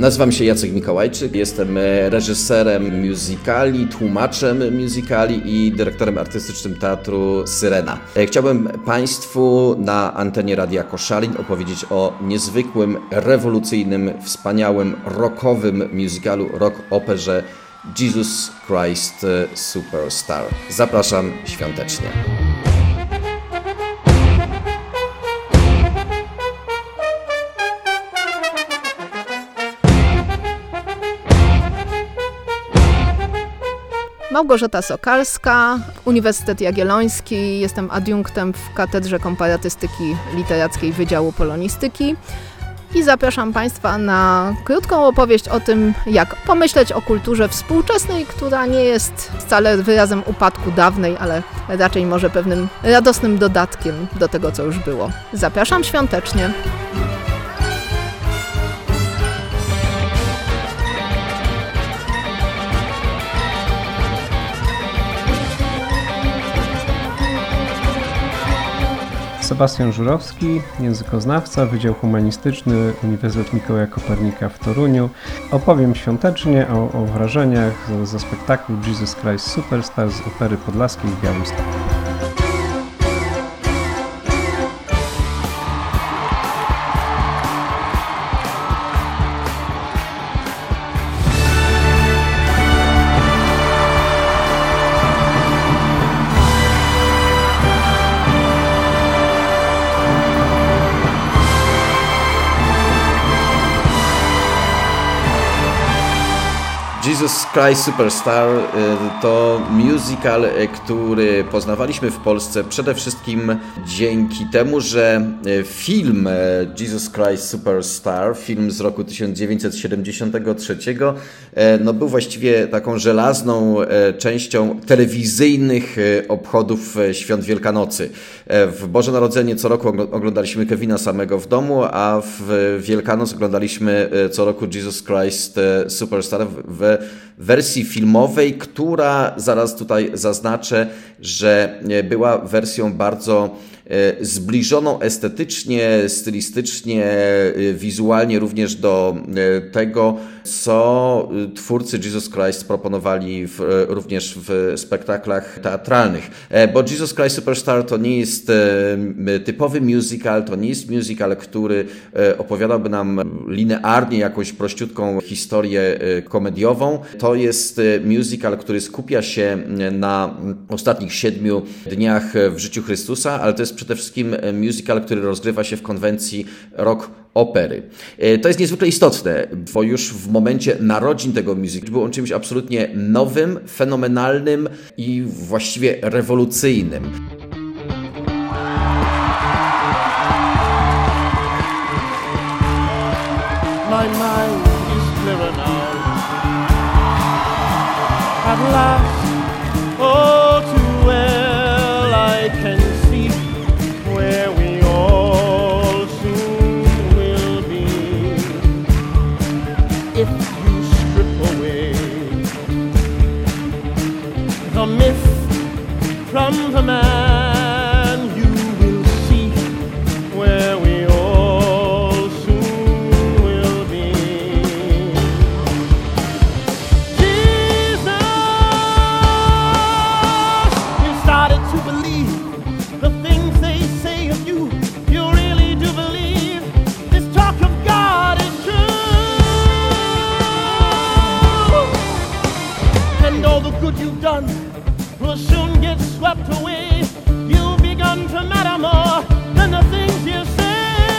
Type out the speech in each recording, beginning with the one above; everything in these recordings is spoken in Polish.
Nazywam się Jacek Mikołajczyk, jestem reżyserem musicali, tłumaczem musicali i dyrektorem artystycznym Teatru Syrena. Chciałbym Państwu na antenie Radia Koszalin opowiedzieć o niezwykłym, rewolucyjnym, wspaniałym, rockowym musicalu, rock operze Jesus Christ Superstar. Zapraszam świątecznie. Małgorzata Sokalska, Uniwersytet Jagielloński. Jestem adiunktem w Katedrze Komparatystyki Literackiej Wydziału Polonistyki i zapraszam Państwa na krótką opowieść o tym, jak pomyśleć o kulturze współczesnej, która nie jest wcale wyrazem upadku dawnej, ale raczej może pewnym radosnym dodatkiem do tego, co już było. Zapraszam świątecznie. Sebastian Żurowski, językoznawca, Wydział Humanistyczny, Uniwersytet Mikołaja Kopernika w Toruniu. Opowiem świątecznie o wrażeniach ze spektaklu Jesus Christ Superstar z Opery Podlaskiej w Białymstoku. Jesus Christ Superstar to musical, który poznawaliśmy w Polsce przede wszystkim dzięki temu, że film Jesus Christ Superstar, film z roku 1973, był właściwie taką żelazną częścią telewizyjnych obchodów Świąt Wielkanocy. W Boże Narodzenie co roku oglądaliśmy Kevina samego w domu, a w Wielkanoc oglądaliśmy co roku Jesus Christ Superstar w wersji filmowej, która, zaraz tutaj zaznaczę, że była wersją bardzo zbliżoną estetycznie, stylistycznie, wizualnie również do tego, co twórcy Jesus Christ proponowali również w spektaklach teatralnych. Bo Jesus Christ Superstar to nie jest typowy musical, to nie jest musical, który opowiadałby nam linearnie jakąś prościutką historię komediową. To jest musical, który skupia się na ostatnich 7 dniach w życiu Chrystusa, ale to jest przede wszystkim musical, który rozgrywa się w konwencji rock opery. To jest niezwykle istotne, bo już w momencie narodzin tego musicalu był on czymś absolutnie nowym, fenomenalnym i właściwie rewolucyjnym. My mind is clearer now. At last, oh, too well I can see where we all soon will be. If you strip away the myth from the man, you will see where we all soon will be. Jesus, you started to believe the things they say of you. You really do believe this talk of God is true. And all the good you've done will soon get swept away. You've begun to matter more than the things you say.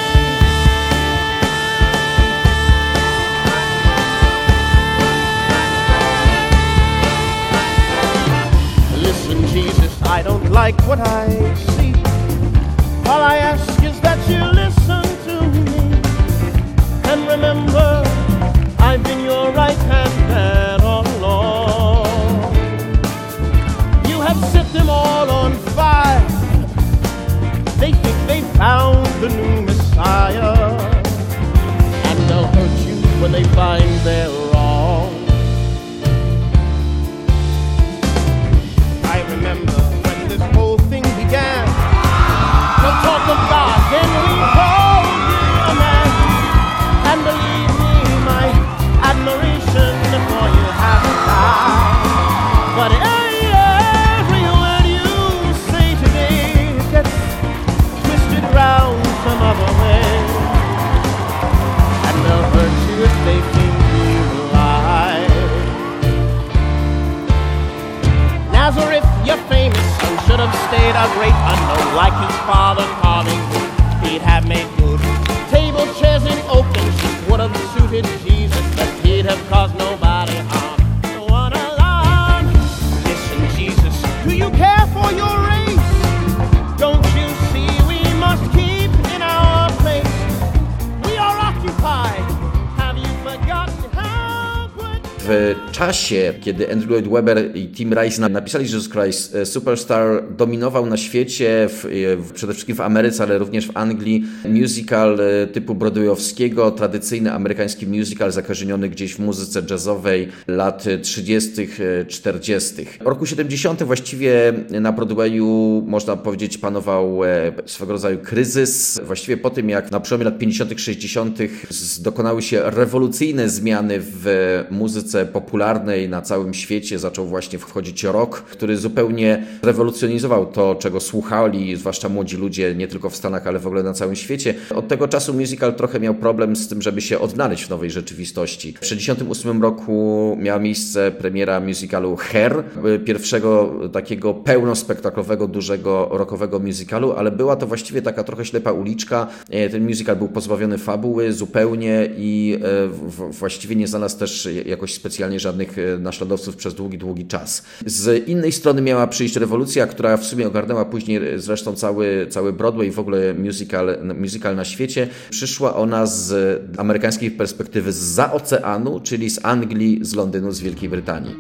Listen, Jesus, I don't like what I see. All I ask is that you listen to me. And remember, I've been your right hand man all along. You have set them all on fire. They think they found the new Messiah, and they'll hurt you when they find they're wrong. I remember when this whole thing began. No talk of God, then we called you a man. And believe me, my it's Jesus that he'd have caused nobody harm. So what alarm? Listen, Jesus, do you care for your race? Don't you see we must keep in our place? We are occupied. Have you forgotten how good... W czasie, kiedy Andrew Lloyd Webber i Tim Rice napisali Jesus Christ Superstar, dominował na świecie, przede wszystkim w Ameryce, ale również w Anglii, musical typu broadwayowskiego, tradycyjny amerykański musical zakorzeniony gdzieś w muzyce jazzowej lat 30., 40. W roku 70. właściwie na Broadwayu, można powiedzieć, panował swego rodzaju kryzys. Właściwie po tym, jak na przełomie lat 50., 60. dokonały się rewolucyjne zmiany w muzyce popularnej na całym świecie, zaczął właśnie wchodzić rock, który zupełnie rewolucjonizował to, czego słuchali, zwłaszcza młodzi ludzie, nie tylko w Stanach, ale w ogóle na całym świecie. Od tego czasu musical trochę miał problem z tym, żeby się odnaleźć w nowej rzeczywistości. W 1968 roku miała miejsce premiera musicalu Hair, pierwszego takiego pełnospektaklowego, dużego rockowego musicalu, ale była to właściwie taka trochę ślepa uliczka. Ten musical był pozbawiony fabuły zupełnie i właściwie nie znalazł też jakoś specjalnie żadnych naśladowców przez długi czas. Z innej strony miała przyjść rewolucja, która w sumie ogarnęła później zresztą cały Broadway i w ogóle musical na świecie. Przyszła ona z amerykańskiej perspektywy zza oceanu, czyli z Anglii, z Londynu, z Wielkiej Brytanii.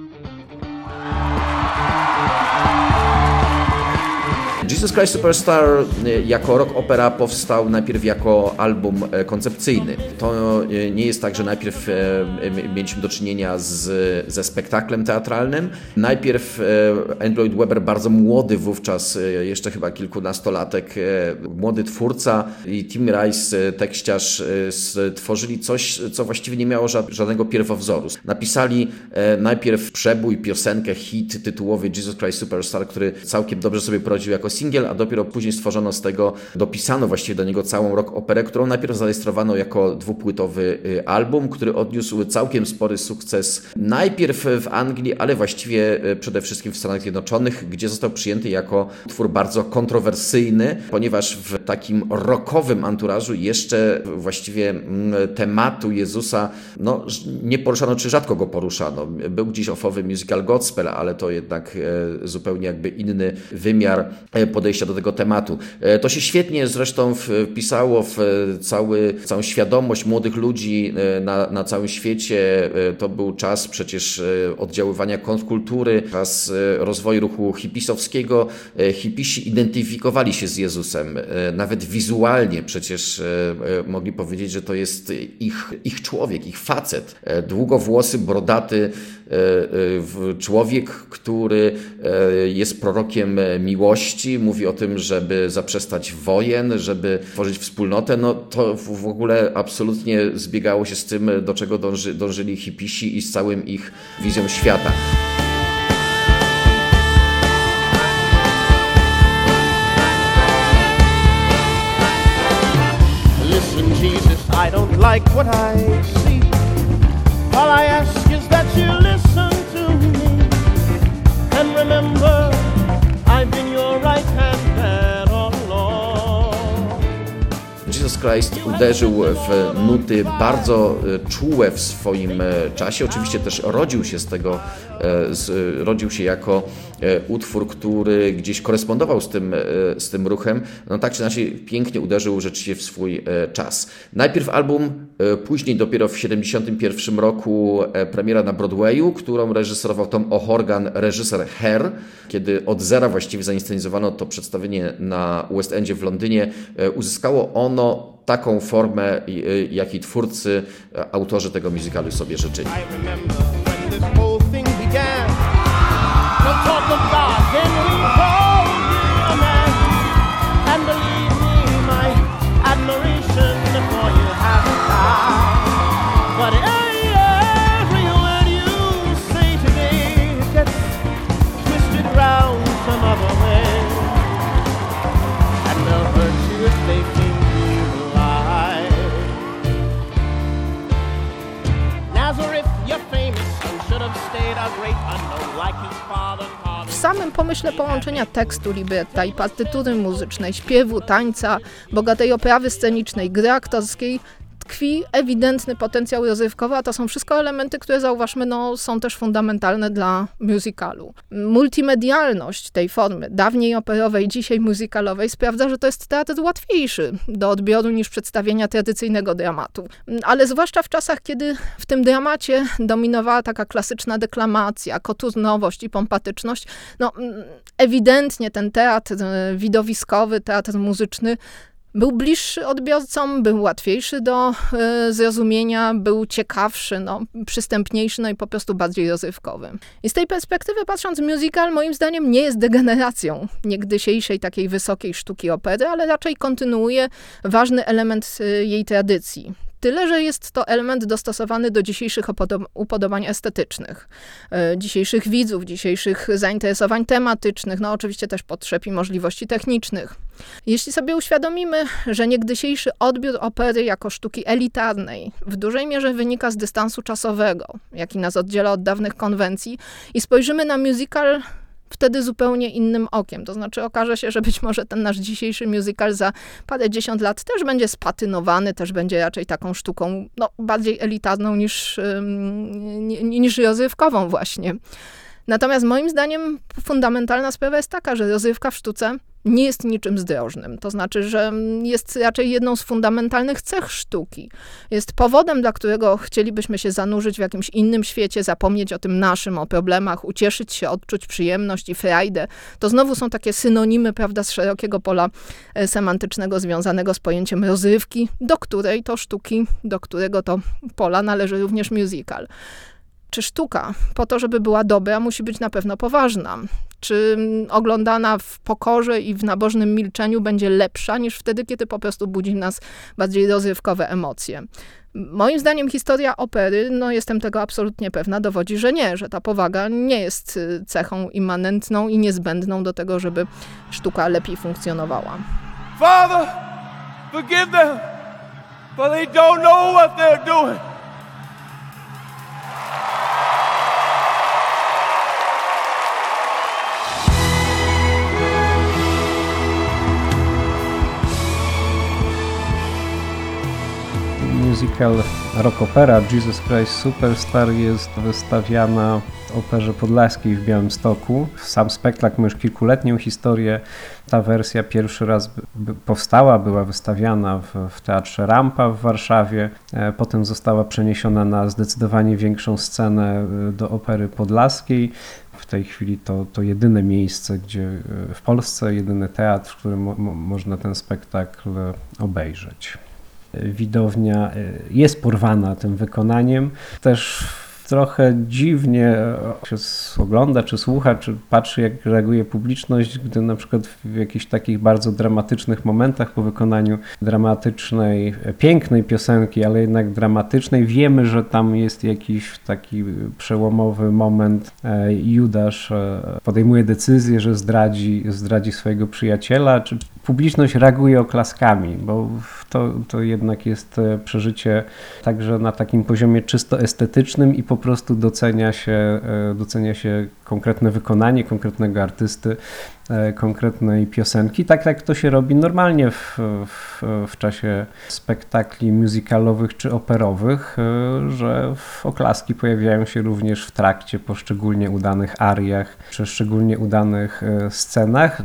Jesus Christ Superstar jako rock opera powstał najpierw jako album koncepcyjny. To nie jest tak, że najpierw mieliśmy do czynienia ze spektaklem teatralnym. Najpierw Andrew Lloyd Webber, bardzo młody wówczas, jeszcze chyba kilkunastolatek, młody twórca, i Tim Rice, tekściarz, stworzyli coś, co właściwie nie miało żadnego pierwowzoru. Napisali najpierw przebój, piosenkę, hit tytułowy Jesus Christ Superstar, który całkiem dobrze sobie poradził jako singiel, a dopiero później stworzono z tego, dopisano właściwie do niego całą rock operę, którą najpierw zarejestrowano jako dwupłytowy album, który odniósł całkiem spory sukces najpierw w Anglii, ale właściwie przede wszystkim w Stanach Zjednoczonych, gdzie został przyjęty jako utwór bardzo kontrowersyjny, ponieważ w takim rockowym anturażu jeszcze właściwie tematu Jezusa nie poruszano, czy rzadko go poruszano. Był gdzieś ofowy musical Godspell, ale to jednak zupełnie jakby inny wymiar podejścia do tego tematu. To się świetnie zresztą wpisało w całą świadomość młodych ludzi na całym świecie. To był czas przecież oddziaływania kontrkultury, czas rozwoju ruchu hipisowskiego. Hipisi identyfikowali się z Jezusem. Nawet wizualnie przecież mogli powiedzieć, że to jest ich człowiek, ich facet. Długowłosy, brodaty człowiek, który jest prorokiem miłości, mówi o tym, żeby zaprzestać wojen, żeby tworzyć wspólnotę. To w ogóle absolutnie zbiegało się z tym, do czego dążyli hipisi i z całym ich wizją świata. Listen, Jesus, I don't like what I see. All I ask is that you listen to me and remember I've been your right hand man all along. Jesus Christ uderzył w nuty bardzo czułe w swoim czasie. Oczywiście też rodził się jako utwór, który gdzieś korespondował z tym ruchem. Tak czy inaczej pięknie uderzył rzeczywiście w swój czas. Najpierw album, później dopiero w 1971 roku premiera na Broadwayu, którą reżyserował Tom O'Horgan, reżyser Hair. Kiedy od zera właściwie zainscenizowano to przedstawienie na West Endzie w Londynie, uzyskało ono taką formę, jakiej twórcy, autorzy tego musicalu sobie życzyli. W samym pomyśle połączenia tekstu libretta i partytury muzycznej, śpiewu, tańca, bogatej oprawy scenicznej, gry aktorskiej tkwi ewidentny potencjał rozrywkowy, a to są wszystko elementy, które zauważmy, są też fundamentalne dla musicalu. Multimedialność tej formy, dawniej operowej, dzisiaj musicalowej, sprawdza, że to jest teatr łatwiejszy do odbioru niż przedstawienia tradycyjnego dramatu. Ale zwłaszcza w czasach, kiedy w tym dramacie dominowała taka klasyczna deklamacja, koturnowość i pompatyczność, ewidentnie ten teatr widowiskowy, teatr muzyczny był bliższy odbiorcom, był łatwiejszy do zrozumienia, był ciekawszy, przystępniejszy, i po prostu bardziej rozrywkowy. I z tej perspektywy patrząc, musical moim zdaniem nie jest degeneracją niegdysiejszej takiej wysokiej sztuki opery, ale raczej kontynuuje ważny element jej tradycji. Tyle, że jest to element dostosowany do dzisiejszych upodobań estetycznych, dzisiejszych widzów, dzisiejszych zainteresowań tematycznych, oczywiście też potrzeb i możliwości technicznych. Jeśli sobie uświadomimy, że niegdysiejszy odbiór opery jako sztuki elitarnej w dużej mierze wynika z dystansu czasowego, jaki nas oddziela od dawnych konwencji, i spojrzymy na musical wtedy zupełnie innym okiem. To znaczy okaże się, że być może ten nasz dzisiejszy musical za parędziesiąt lat też będzie spatynowany, też będzie raczej taką sztuką bardziej elitarną niż rozrywkową właśnie. Natomiast moim zdaniem fundamentalna sprawa jest taka, że rozrywka w sztuce nie jest niczym zdrożnym. To znaczy, że jest raczej jedną z fundamentalnych cech sztuki. Jest powodem, dla którego chcielibyśmy się zanurzyć w jakimś innym świecie, zapomnieć o tym naszym, o problemach, ucieszyć się, odczuć przyjemność i frajdę. To znowu są takie synonimy, prawda, z szerokiego pola semantycznego związanego z pojęciem rozrywki, do której to sztuki, do którego to pola należy również musical. Czy sztuka po to, żeby była dobra, musi być na pewno poważna? Czy oglądana w pokorze i w nabożnym milczeniu będzie lepsza niż wtedy, kiedy po prostu budzi w nas bardziej rozrywkowe emocje? Moim zdaniem historia opery, jestem tego absolutnie pewna, dowodzi, że nie, że ta powaga nie jest cechą immanentną i niezbędną do tego, żeby sztuka lepiej funkcjonowała. Father, forgive them, for they don't know what they're doing. Musical rock opera Jesus Christ Superstar jest wystawiana w Operze Podlaskiej w Białymstoku. Sam spektakl ma już kilkuletnią historię. Ta wersja pierwszy raz powstała, była wystawiana w Teatrze Rampa w Warszawie. Potem została przeniesiona na zdecydowanie większą scenę do Opery Podlaskiej. W tej chwili to jedyne miejsce, gdzie w Polsce, jedyny teatr, w którym można ten spektakl obejrzeć. Widownia jest porwana tym wykonaniem. Też trochę dziwnie się ogląda, czy słucha, czy patrzy, jak reaguje publiczność, gdy na przykład w jakichś takich bardzo dramatycznych momentach po wykonaniu dramatycznej, pięknej piosenki, ale jednak dramatycznej, wiemy, że tam jest jakiś taki przełomowy moment. Judasz podejmuje decyzję, że zdradzi swojego przyjaciela, czy publiczność reaguje oklaskami, bo to jednak jest przeżycie także na takim poziomie czysto estetycznym i po prostu docenia się konkretne wykonanie konkretnego artysty, konkretnej piosenki, tak jak to się robi normalnie w czasie spektakli musicalowych czy operowych, że oklaski pojawiają się również w trakcie po szczególnie udanych ariach czy szczególnie udanych scenach.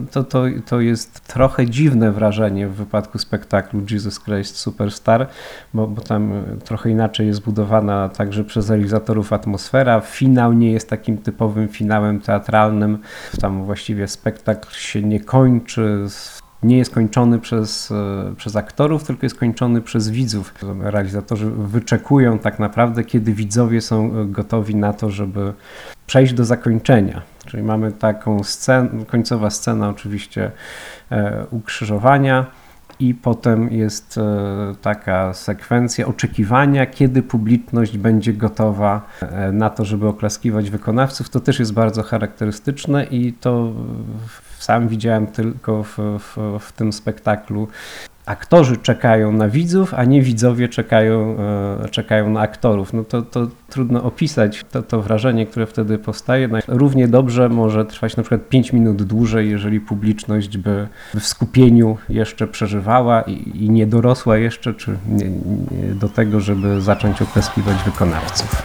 To jest trochę dziwne wrażenie w wypadku spektaklu Jesus Christ Superstar, bo tam trochę inaczej jest budowana także przez realizatorów atmosfera. Finał nie jest takim typowym finałem teatralnym. Tam właściwie spektakl się nie kończy, nie jest kończony przez aktorów, tylko jest kończony przez widzów. Realizatorzy wyczekują tak naprawdę, kiedy widzowie są gotowi na to, żeby przejść do zakończenia. Czyli mamy taką końcowa scena oczywiście ukrzyżowania i potem jest taka sekwencja oczekiwania, kiedy publiczność będzie gotowa na to, żeby oklaskiwać wykonawców. To też jest bardzo charakterystyczne i to sam widziałem tylko w tym spektaklu, aktorzy czekają na widzów, a nie widzowie czekają na aktorów. No to trudno opisać to wrażenie, które wtedy powstaje. Równie dobrze może trwać na przykład 5 minut dłużej, jeżeli publiczność by w skupieniu jeszcze przeżywała i nie dorosła jeszcze do tego, żeby zacząć oklaskiwać wykonawców.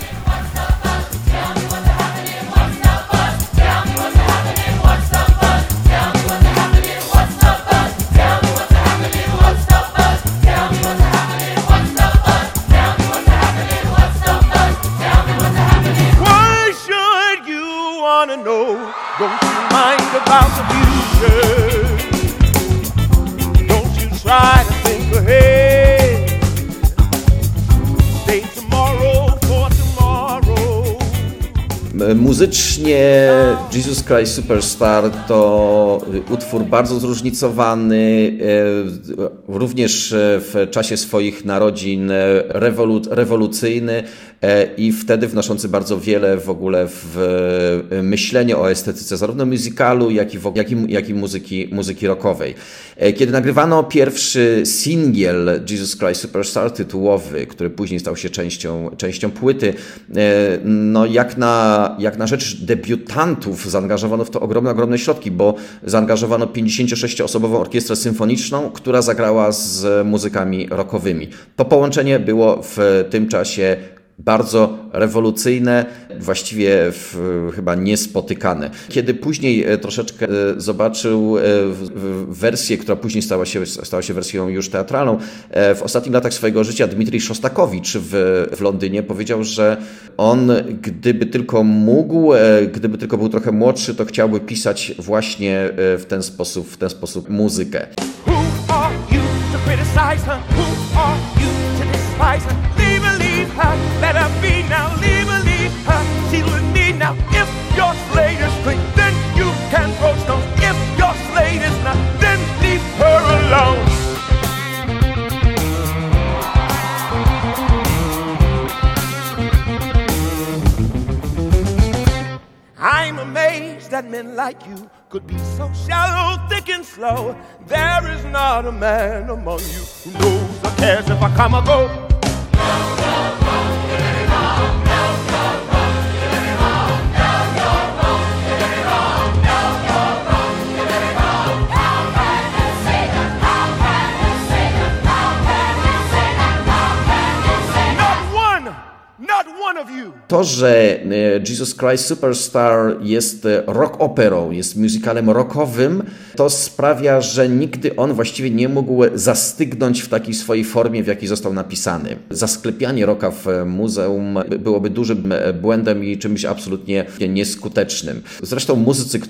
Don't you mind about the future? Don't you try to think ahead. Stay tomorrow for tomorrow. Muzycznie Jesus Christ Superstar to utwór bardzo zróżnicowany, również w czasie swoich narodzin rewolucyjny i wtedy wnoszący bardzo wiele w ogóle w myślenie o estetyce zarówno musicalu, jak i muzyki rockowej. Kiedy nagrywano pierwszy singiel Jesus Christ Superstar tytułowy, który później stał się częścią płyty, no jak na rzecz debiutantów zaangażowano w to ogromne środki, bo zaangażowano 56-osobową orkiestrę symfoniczną, która zagrała z muzykami rockowymi. To połączenie było w tym czasie bardzo rewolucyjne, właściwie chyba niespotykane. Kiedy później troszeczkę zobaczył wersję, która później stała się wersją już teatralną, w ostatnich latach swojego życia Dmitrij Szostakowicz w Londynie powiedział, że on, gdyby tylko mógł, gdyby tylko był trochę młodszy, to chciałby pisać właśnie w ten sposób muzykę. Who are you to criticize her? Who are you to despise her? Leave her, let her be now, leave her, she's with me now. If your slate is clean, then you can throw stones. If your slate is not, then leave her alone. I'm amazed that men like you could be so shallow, thick and slow. There is not a man among you who knows or cares if I come or go. To, że Jesus Christ Superstar jest rock operą, jest musicalem rockowym, to sprawia, że nigdy on właściwie nie mógł zastygnąć w takiej swojej formie, w jakiej został napisany. Zasklepianie rocka w muzeum byłoby dużym błędem i czymś absolutnie nieskutecznym. Zresztą muzycy,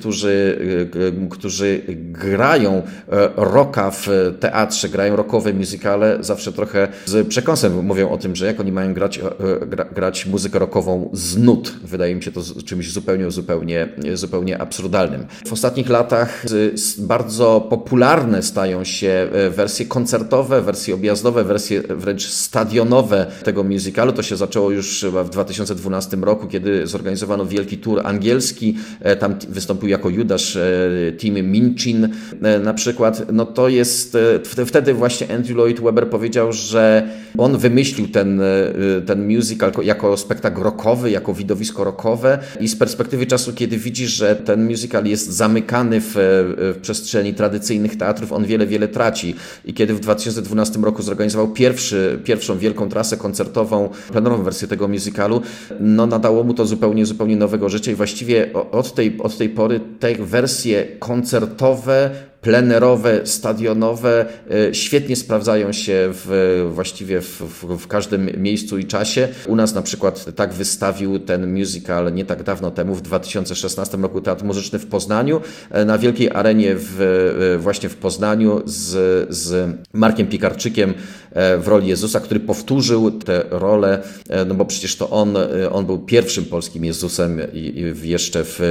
którzy grają rocka w teatrze, grają rockowe musicale, zawsze trochę z przekąsem mówią o tym, że jak oni mają grać muzykę rockową z nut. Wydaje mi się to czymś zupełnie absurdalnym. W ostatnich latach bardzo popularne stają się wersje koncertowe, wersje objazdowe, wersje wręcz stadionowe tego musicalu. To się zaczęło już w 2012 roku, kiedy zorganizowano wielki tour angielski. Tam wystąpił jako Judasz Tim Minchin na przykład. No to jest, wtedy właśnie Andrew Lloyd Webber powiedział, że on wymyślił ten musical jako spektakl rockowy, jako widowisko rockowe i z perspektywy czasu, kiedy widzisz, że ten musical jest zamykany w przestrzeni tradycyjnych teatrów, on wiele traci. I kiedy w 2012 roku zorganizował pierwszą wielką trasę koncertową, plenerową wersję tego musicalu, no nadało mu to zupełnie nowego życia i właściwie od tej pory te wersje koncertowe, plenerowe, stadionowe świetnie sprawdzają się właściwie w każdym miejscu i czasie. U nas na przykład tak wystawił ten musical nie tak dawno temu, w 2016 roku Teatr Muzyczny w Poznaniu, na Wielkiej Arenie właśnie w Poznaniu z Markiem Piekarczykiem w roli Jezusa, który powtórzył tę rolę, no bo przecież to on był pierwszym polskim Jezusem jeszcze w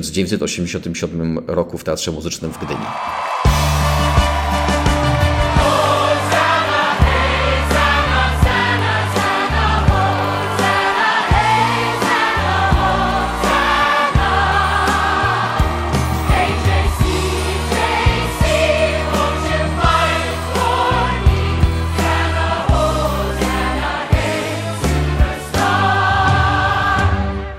1987 roku w Teatrze Muzycznym w Gdyni.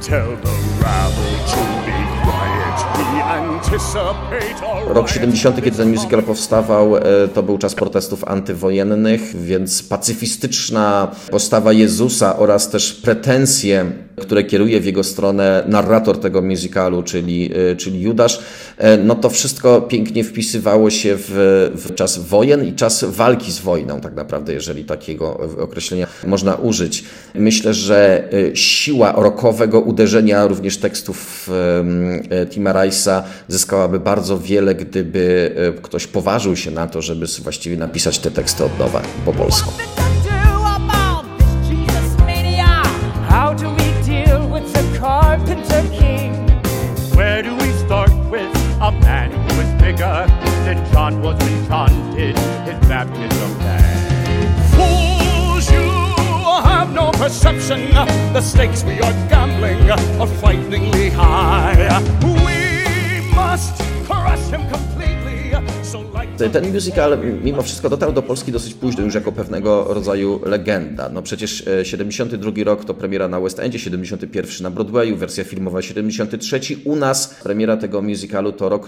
Tell the rabble to be quiet. We anticipate a Rok 70., kiedy ten musical powstawał, to był czas protestów antywojennych, więc pacyfistyczna postawa Jezusa oraz też pretensje, które kieruje w jego stronę narrator tego musicalu, czyli Judasz, no to wszystko pięknie wpisywało się w czas wojen i czas walki z wojną, tak naprawdę, jeżeli takiego określenia można użyć. Myślę, że siła rockowego uderzenia również tekstów Tima Rice'a zyskałaby bardzo wiele, gdyby ktoś poważył się na to, żeby właściwie napisać te teksty od nowa po polsku. Where do we start with a man who is bigger than John was when John did his baptism day? Fools, you have no perception. The stakes we are gambling are frighteningly high. We must crush him completely. Ten musical mimo wszystko dotarł do Polski dosyć późno, już jako pewnego rodzaju legenda. No przecież 72 rok to premiera na West Endzie, 71 na Broadwayu, wersja filmowa 73. U nas premiera tego musicalu to rok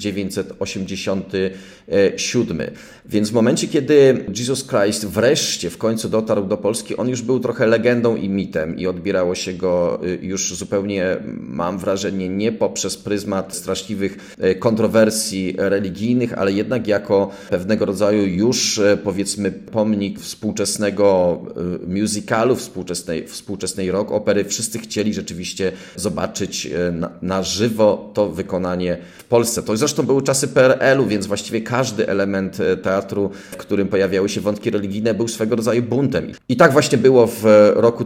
1987. Więc w momencie, kiedy Jesus Christ wreszcie w końcu dotarł do Polski, on już był trochę legendą i mitem i odbierało się go już zupełnie, mam wrażenie, nie poprzez pryzmat straszliwych kontrowersji religijnych, ale jednak jako pewnego rodzaju już, powiedzmy, pomnik współczesnego musicalu, współczesnej rock opery. Wszyscy chcieli rzeczywiście zobaczyć na żywo to wykonanie w Polsce. To zresztą były czasy PRL-u, więc właściwie każdy element teatru, w którym pojawiały się wątki religijne, był swego rodzaju buntem. I tak właśnie było w roku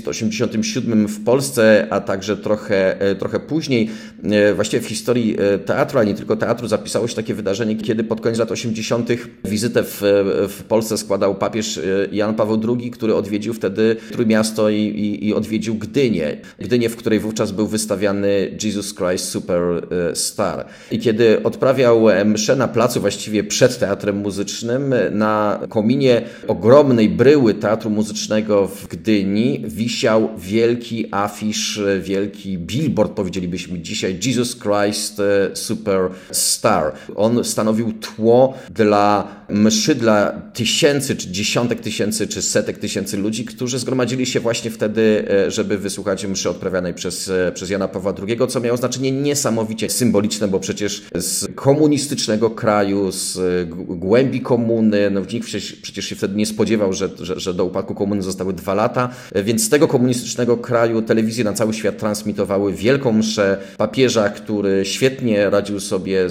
1987 w Polsce, a także trochę później. Właściwie w historii teatru, ale nie tylko teatru, zapisało się takie wydarzenie, kiedy pod koniec lat 80. wizytę w Polsce składał papież Jan Paweł II, który odwiedził wtedy Trójmiasto i odwiedził Gdynię, w której wówczas był wystawiany Jesus Christ Superstar. I kiedy odprawiał mszę na placu, właściwie przed Teatrem Muzycznym, na kominie ogromnej bryły Teatru Muzycznego w Gdyni wisiał wielki afisz, wielki billboard, powiedzielibyśmy dzisiaj, Jesus Christ Superstar. On stanowił tło dla mszy dla tysięcy, czy dziesiątek tysięcy, czy setek tysięcy ludzi, którzy zgromadzili się właśnie wtedy, żeby wysłuchać mszy odprawianej przez Jana Pawła II, co miało znaczenie niesamowicie symboliczne, bo przecież z komunistycznego kraju, z głębi komuny, no nikt przecież się wtedy nie spodziewał, że do upadku komuny zostały 2 lata, więc z tego komunistycznego kraju telewizje na cały świat transmitowały wielką mszę papieża, który świetnie radził sobie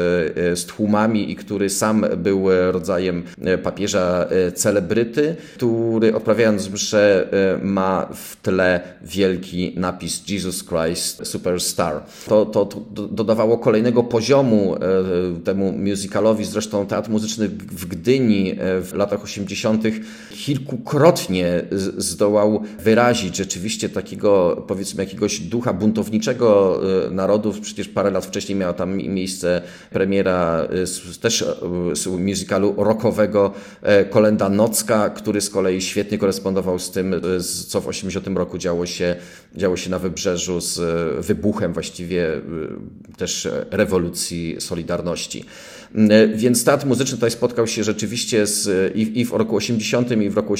z tłumami i który sam był rodzajem papieża celebryty, który odprawiając mszę ma w tle wielki napis Jesus Christ Superstar. To dodawało kolejnego poziomu temu musicalowi. Zresztą Teatr Muzyczny w Gdyni w latach 80. kilkukrotnie zdołał wyrazić rzeczywiście takiego, powiedzmy, jakiegoś ducha buntowniczego narodów. Przecież parę lat wcześniej miała tam miejsce premiera też musicalu rockowego Kolenda Nocka, który z kolei świetnie korespondował z tym, co w 80 roku działo się na Wybrzeżu z wybuchem właściwie też rewolucji Solidarności. Więc Teatr Muzyczny tutaj spotkał się rzeczywiście i w roku 80 i w roku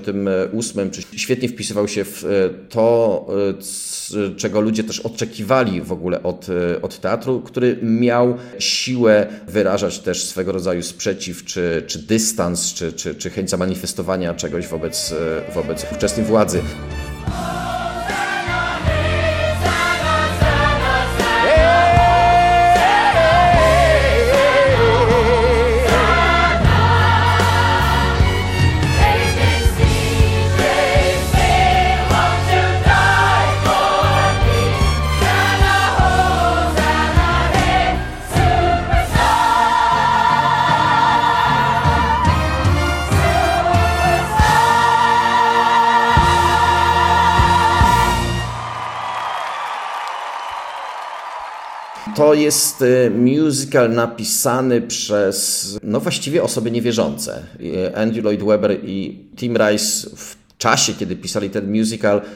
88, świetnie wpisywał się w to, czego ludzie też oczekiwali w ogóle od teatru, który miał siłę wyrażać też swego rodzaju sprzeciw, czy dystans, czy chęć zamanifestowania czegoś wobec ówczesnej władzy. To jest musical napisany przez, no właściwie osoby niewierzące. Andrew Lloyd Webber i Tim Rice w czasie, kiedy pisali ten musical,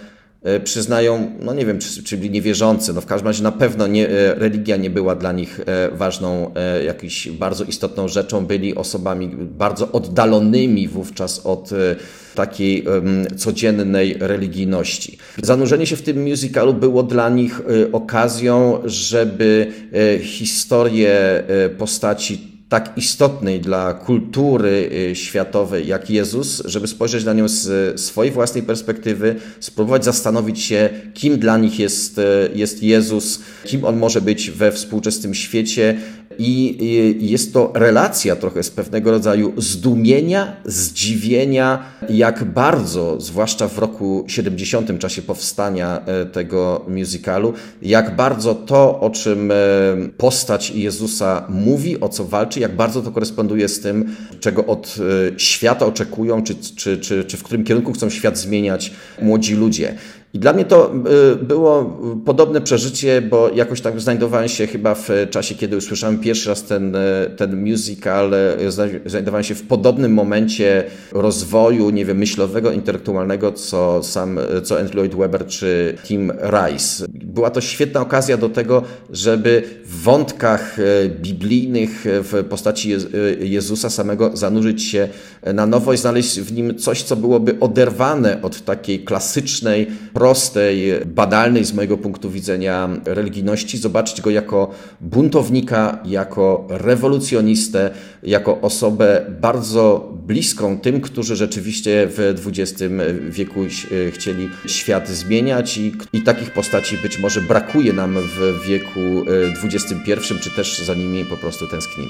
przyznają, no nie wiem, czy byli niewierzący, no w każdym razie na pewno religia nie była dla nich ważną, jakąś bardzo istotną rzeczą, byli osobami bardzo oddalonymi wówczas od takiej codziennej religijności. Zanurzenie się w tym musicalu było dla nich okazją, żeby historię postaci tak istotnej dla kultury światowej jak Jezus, żeby spojrzeć na nią z swojej własnej perspektywy, spróbować zastanowić się, kim dla nich jest Jezus, kim on może być we współczesnym świecie. I jest to relacja trochę z pewnego rodzaju zdumienia, zdziwienia, jak bardzo, zwłaszcza w roku 70, w czasie powstania tego musicalu, jak bardzo to, o czym postać Jezusa mówi, o co walczy, jak bardzo to koresponduje z tym, czego od świata oczekują, czy w którym kierunku chcą świat zmieniać młodzi ludzie. I dla mnie to było podobne przeżycie, bo jakoś tak znajdowałem się chyba w czasie, kiedy usłyszałem pierwszy raz ten musical, znajdowałem się w podobnym momencie rozwoju, nie wiem, myślowego, intelektualnego, co Andrew Lloyd Webber czy Tim Rice. Była to świetna okazja do tego, żeby w wątkach biblijnych w postaci Jezusa samego zanurzyć się na nowo i znaleźć w nim coś, co byłoby oderwane od takiej klasycznej, prostej, banalnej z mojego punktu widzenia religijności, zobaczyć go jako buntownika, jako rewolucjonistę, jako osobę bardzo bliską tym, którzy rzeczywiście w XX wieku chcieli świat zmieniać i takich postaci być może brakuje nam w wieku XXI, czy też za nimi po prostu tęsknimy.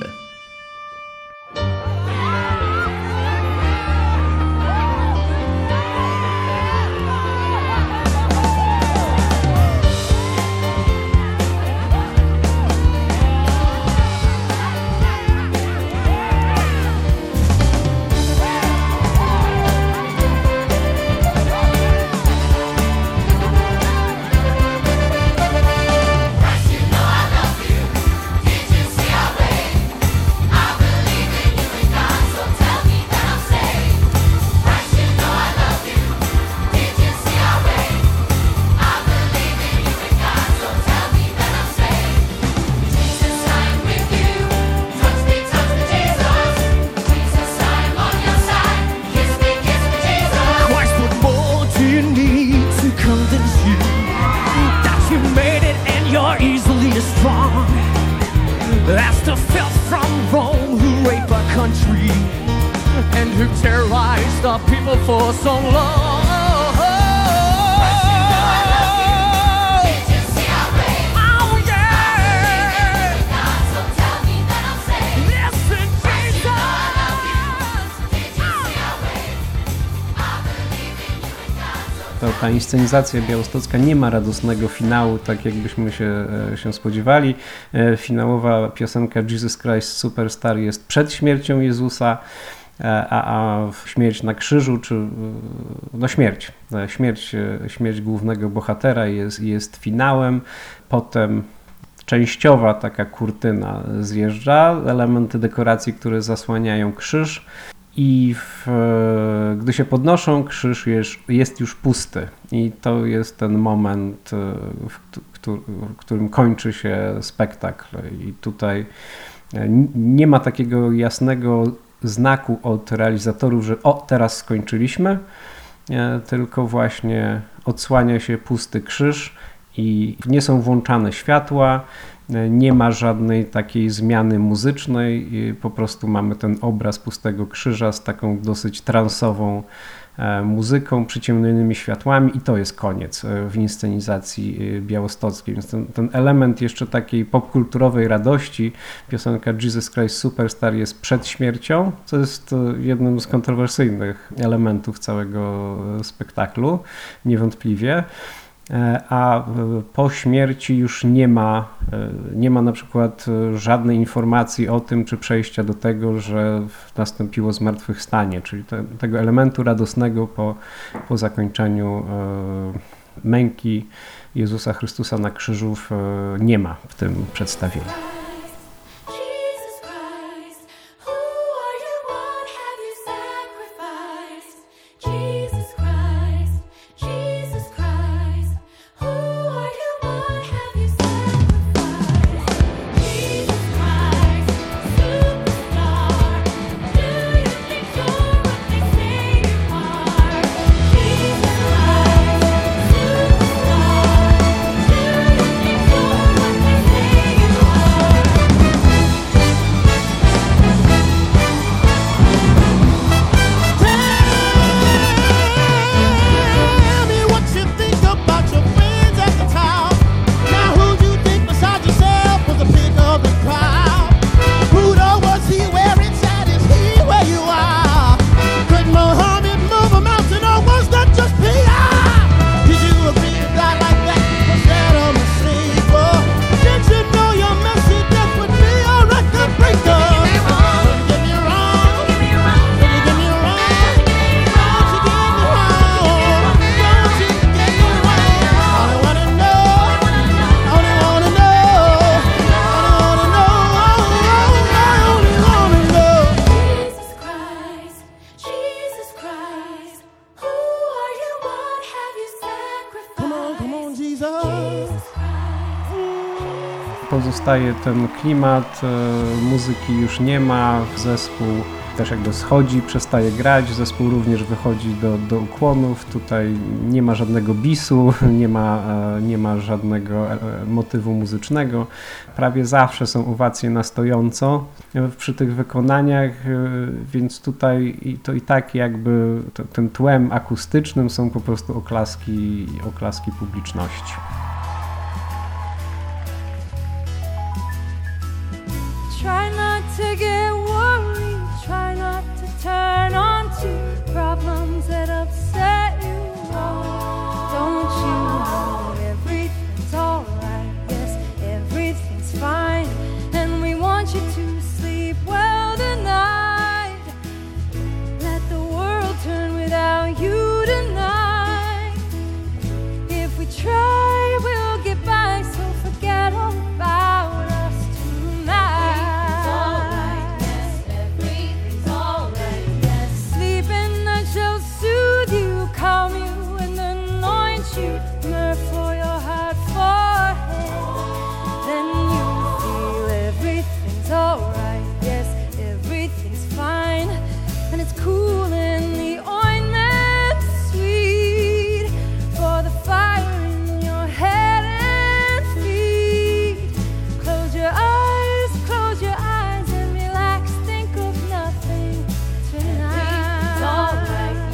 Ta inscenizacja białostocka nie ma radosnego finału, tak jakbyśmy się spodziewali. Finałowa piosenka Jesus Christ Superstar jest przed śmiercią Jezusa, a śmierć na krzyżu, czy no śmierć głównego bohatera jest finałem. Potem częściowa taka kurtyna zjeżdża, elementy dekoracji, które zasłaniają krzyż. I gdy się podnoszą, krzyż jest już pusty. I to jest ten moment, w którym kończy się spektakl. I tutaj nie ma takiego jasnego znaku od realizatorów, że teraz skończyliśmy, tylko właśnie odsłania się pusty krzyż i nie są włączane światła. Nie ma żadnej takiej zmiany muzycznej, po prostu mamy ten obraz pustego krzyża z taką dosyć transową muzyką, przyciemnionymi światłami i to jest koniec w inscenizacji białostockiej. Więc ten element jeszcze takiej popkulturowej radości, piosenka Jesus Christ Superstar jest przed śmiercią, co jest jednym z kontrowersyjnych elementów całego spektaklu, niewątpliwie. A po śmierci już nie ma na przykład żadnej informacji o tym, czy przejścia do tego, że nastąpiło zmartwychwstanie, czyli tego elementu radosnego po zakończeniu męki Jezusa Chrystusa na krzyżu nie ma w tym przedstawieniu. pozostaje ten klimat, muzyki już nie ma, zespół też jakby schodzi, przestaje grać, zespół również wychodzi do ukłonów, tutaj nie ma żadnego bisu, nie ma żadnego motywu muzycznego. Prawie zawsze są owacje na stojąco przy tych wykonaniach, więc tutaj to i tak jakby tym tłem akustycznym są po prostu oklaski publiczności. Try not to get worried, try not to turn on to problems that upset you. Don't you know everything's alright? Yes, everything's fine, and we want you to sleep well tonight. Let the world turn without you tonight. If we try, we'll get by, so forget all about us tonight. Calm you and anoint you, myrrh for your hot forehead. Then you feel everything's alright. Yes, everything's fine, and it's cool and the ointment's sweet for the fire in your head and feet. Close your eyes and relax. Think of nothing tonight. Everything's alright.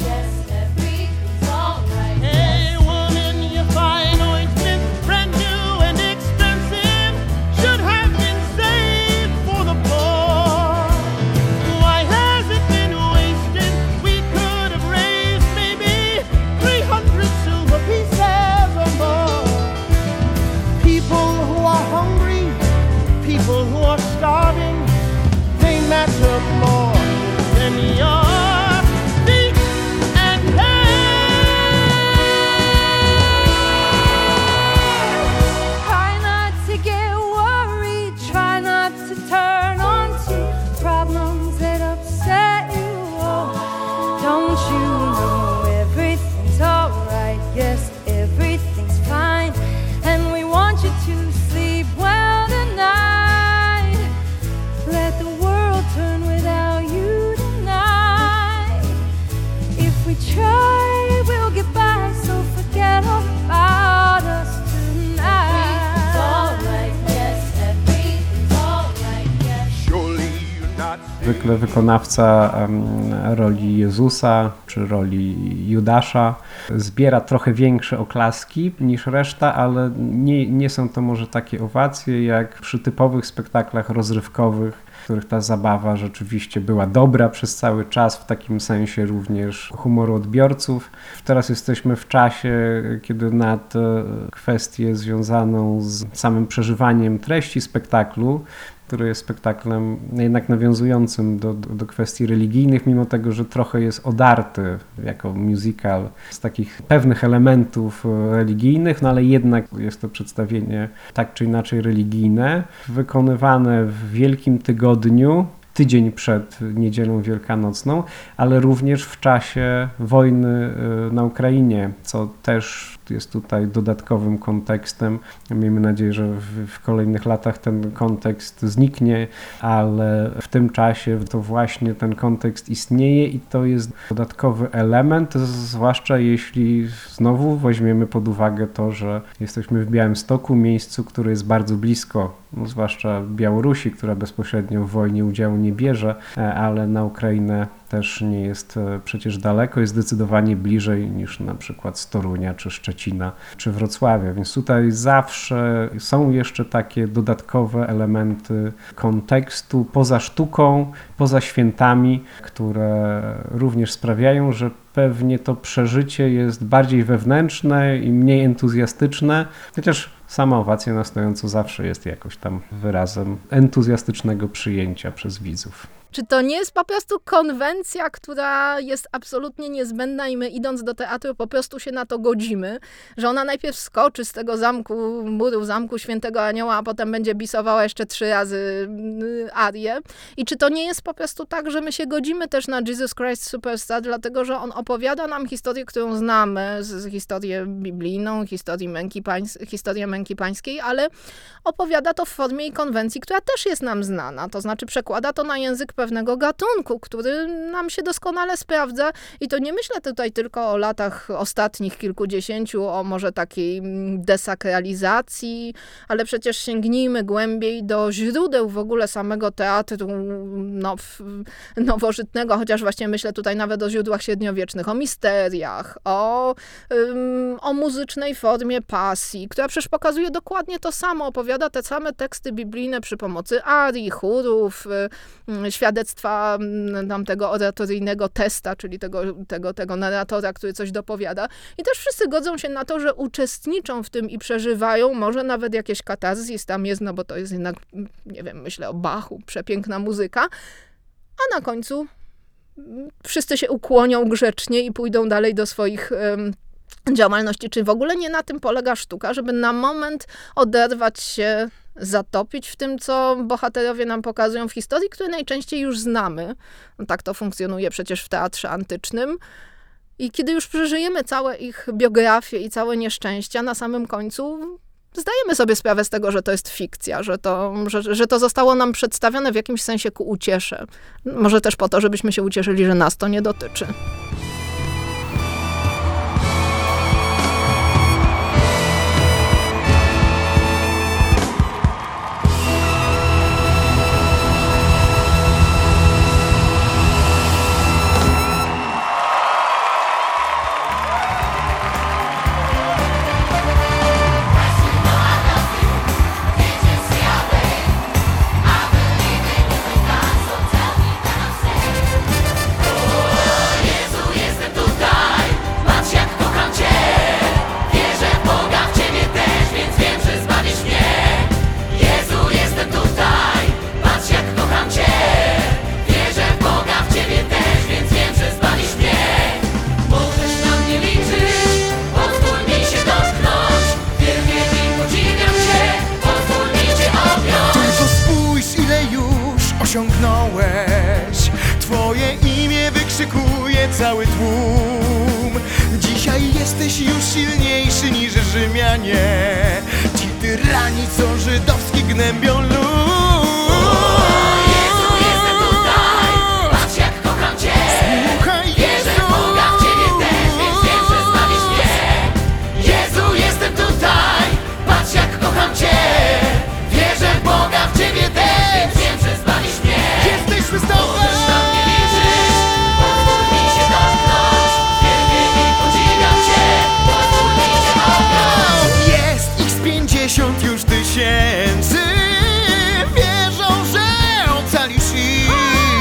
People who are starving, they matter more than your feet and hands. Try not to get worried, try not to turn on to problems that upset you. Oh, don't you know everything's alright? Yes, everything's fine, and we want you to sleep well tonight. Let the world turn without you tonight. If we try, we'll get by, so forget all about us tonight. Everything's alright, yes, everything's alright, yes. Surely you're not Zwykle wykonawca roli Jezusa czy roli Judasza zbiera trochę większe oklaski niż reszta, ale nie są to może takie owacje jak przy typowych spektaklach rozrywkowych, w których ta zabawa rzeczywiście była dobra przez cały czas, w takim sensie również humoru odbiorców. Teraz jesteśmy w czasie, kiedy nad kwestię związaną z samym przeżywaniem treści spektaklu, który jest spektaklem jednak nawiązującym do kwestii religijnych, mimo tego, że trochę jest odarty jako musical z takich pewnych elementów religijnych, no ale jednak jest to przedstawienie tak czy inaczej religijne, wykonywane w Wielkim Tygodniu, tydzień przed Niedzielą Wielkanocną, ale również w czasie wojny na Ukrainie, co też jest tutaj dodatkowym kontekstem. Miejmy nadzieję, że w kolejnych latach ten kontekst zniknie, ale w tym czasie to właśnie ten kontekst istnieje i to jest dodatkowy element, zwłaszcza jeśli znowu weźmiemy pod uwagę to, że jesteśmy w Białymstoku, miejscu, które jest bardzo blisko, no zwłaszcza Białorusi, która bezpośrednio w wojnie udziału nie bierze, ale na Ukrainę też nie jest przecież daleko, jest zdecydowanie bliżej niż na przykład z Torunia, czy Szczecina, czy Wrocławia, więc tutaj zawsze są jeszcze takie dodatkowe elementy kontekstu poza sztuką, poza świętami, które również sprawiają, że pewnie to przeżycie jest bardziej wewnętrzne i mniej entuzjastyczne, chociaż sama owacja na stojąco zawsze jest jakoś tam wyrazem entuzjastycznego przyjęcia przez widzów. Czy to nie jest po prostu konwencja, która jest absolutnie niezbędna i my idąc do teatru po prostu się na to godzimy, że ona najpierw skoczy z tego muru zamku Świętego Anioła, a potem będzie bisowała jeszcze 3 razy arię. I czy to nie jest po prostu tak, że my się godzimy też na Jesus Christ Superstar, dlatego że on opowiada nam historię, którą znamy, historię biblijną, historię Męki Pańskiej, ale opowiada to w formie i konwencji, która też jest nam znana. To znaczy przekłada to na język pewnego gatunku, który nam się doskonale sprawdza i to nie myślę tutaj tylko o latach ostatnich kilkudziesięciu, o może takiej desakralizacji, ale przecież sięgnijmy głębiej do źródeł w ogóle samego teatru nowożytnego, chociaż właśnie myślę tutaj nawet o źródłach średniowiecznych, o misteriach, o muzycznej formie pasji, która przecież pokazuje dokładnie to samo, opowiada te same teksty biblijne przy pomocy arii, chórów, świadectwa tego oratoryjnego testa, czyli tego narratora, który coś dopowiada. I też wszyscy godzą się na to, że uczestniczą w tym i przeżywają, może nawet jakieś katarzis tam jest, no bo to jest jednak, nie wiem, myślę o Bachu, przepiękna muzyka, a na końcu wszyscy się ukłonią grzecznie i pójdą dalej do swoich działalności. Czy w ogóle nie na tym polega sztuka, żeby na moment oderwać się, zatopić w tym, co bohaterowie nam pokazują w historii, które najczęściej już znamy. No tak to funkcjonuje przecież w teatrze antycznym. I kiedy już przeżyjemy całe ich biografie i całe nieszczęścia, na samym końcu zdajemy sobie sprawę z tego, że to jest fikcja, że to zostało nam przedstawione w jakimś sensie ku uciesze. Może też po to, żebyśmy się ucieszyli, że nas to nie dotyczy. Osiągnąłeś, Twoje imię wykrzykuje cały tłum. Dzisiaj jesteś już silniejszy niż Rzymianie, ci tyrani, co żydowski gnębią lud. Jezu, jestem tutaj, patrz jak kocham Cię. Słuchaj, wierzę w Boga, w Ciebie też, więc wiem, że zbawisz mnie. Jezu, jestem tutaj, patrz jak kocham Cię. Wierzę w Boga, w Ciebie też, więc wiem, że zbawisz mnie. jesteśmy z Tobą. Możesz na mnie liczyć, pozwól mi się dotknąć. Wielbię i podziwiam Cię, pozwól mi Cię objąć. Jest ich z 50 już tysięcy, wierzą, że ocalisz ich.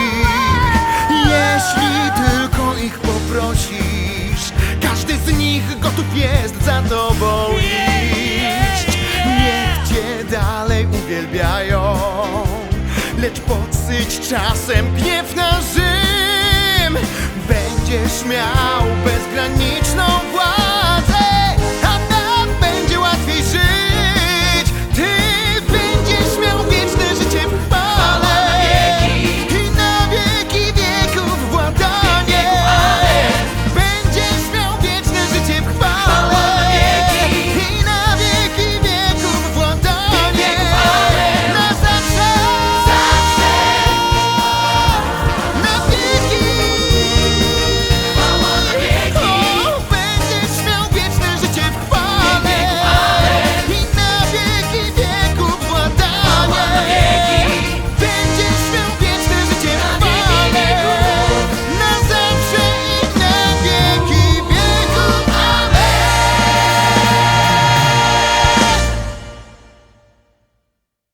Jeśli tylko ich poprosisz, każdy z nich gotów jest za Tobą iść. Niech Cię dalej uwielbiają, lecz podsyć czasem gniew na Rzym. Będziesz miał bezgraniczną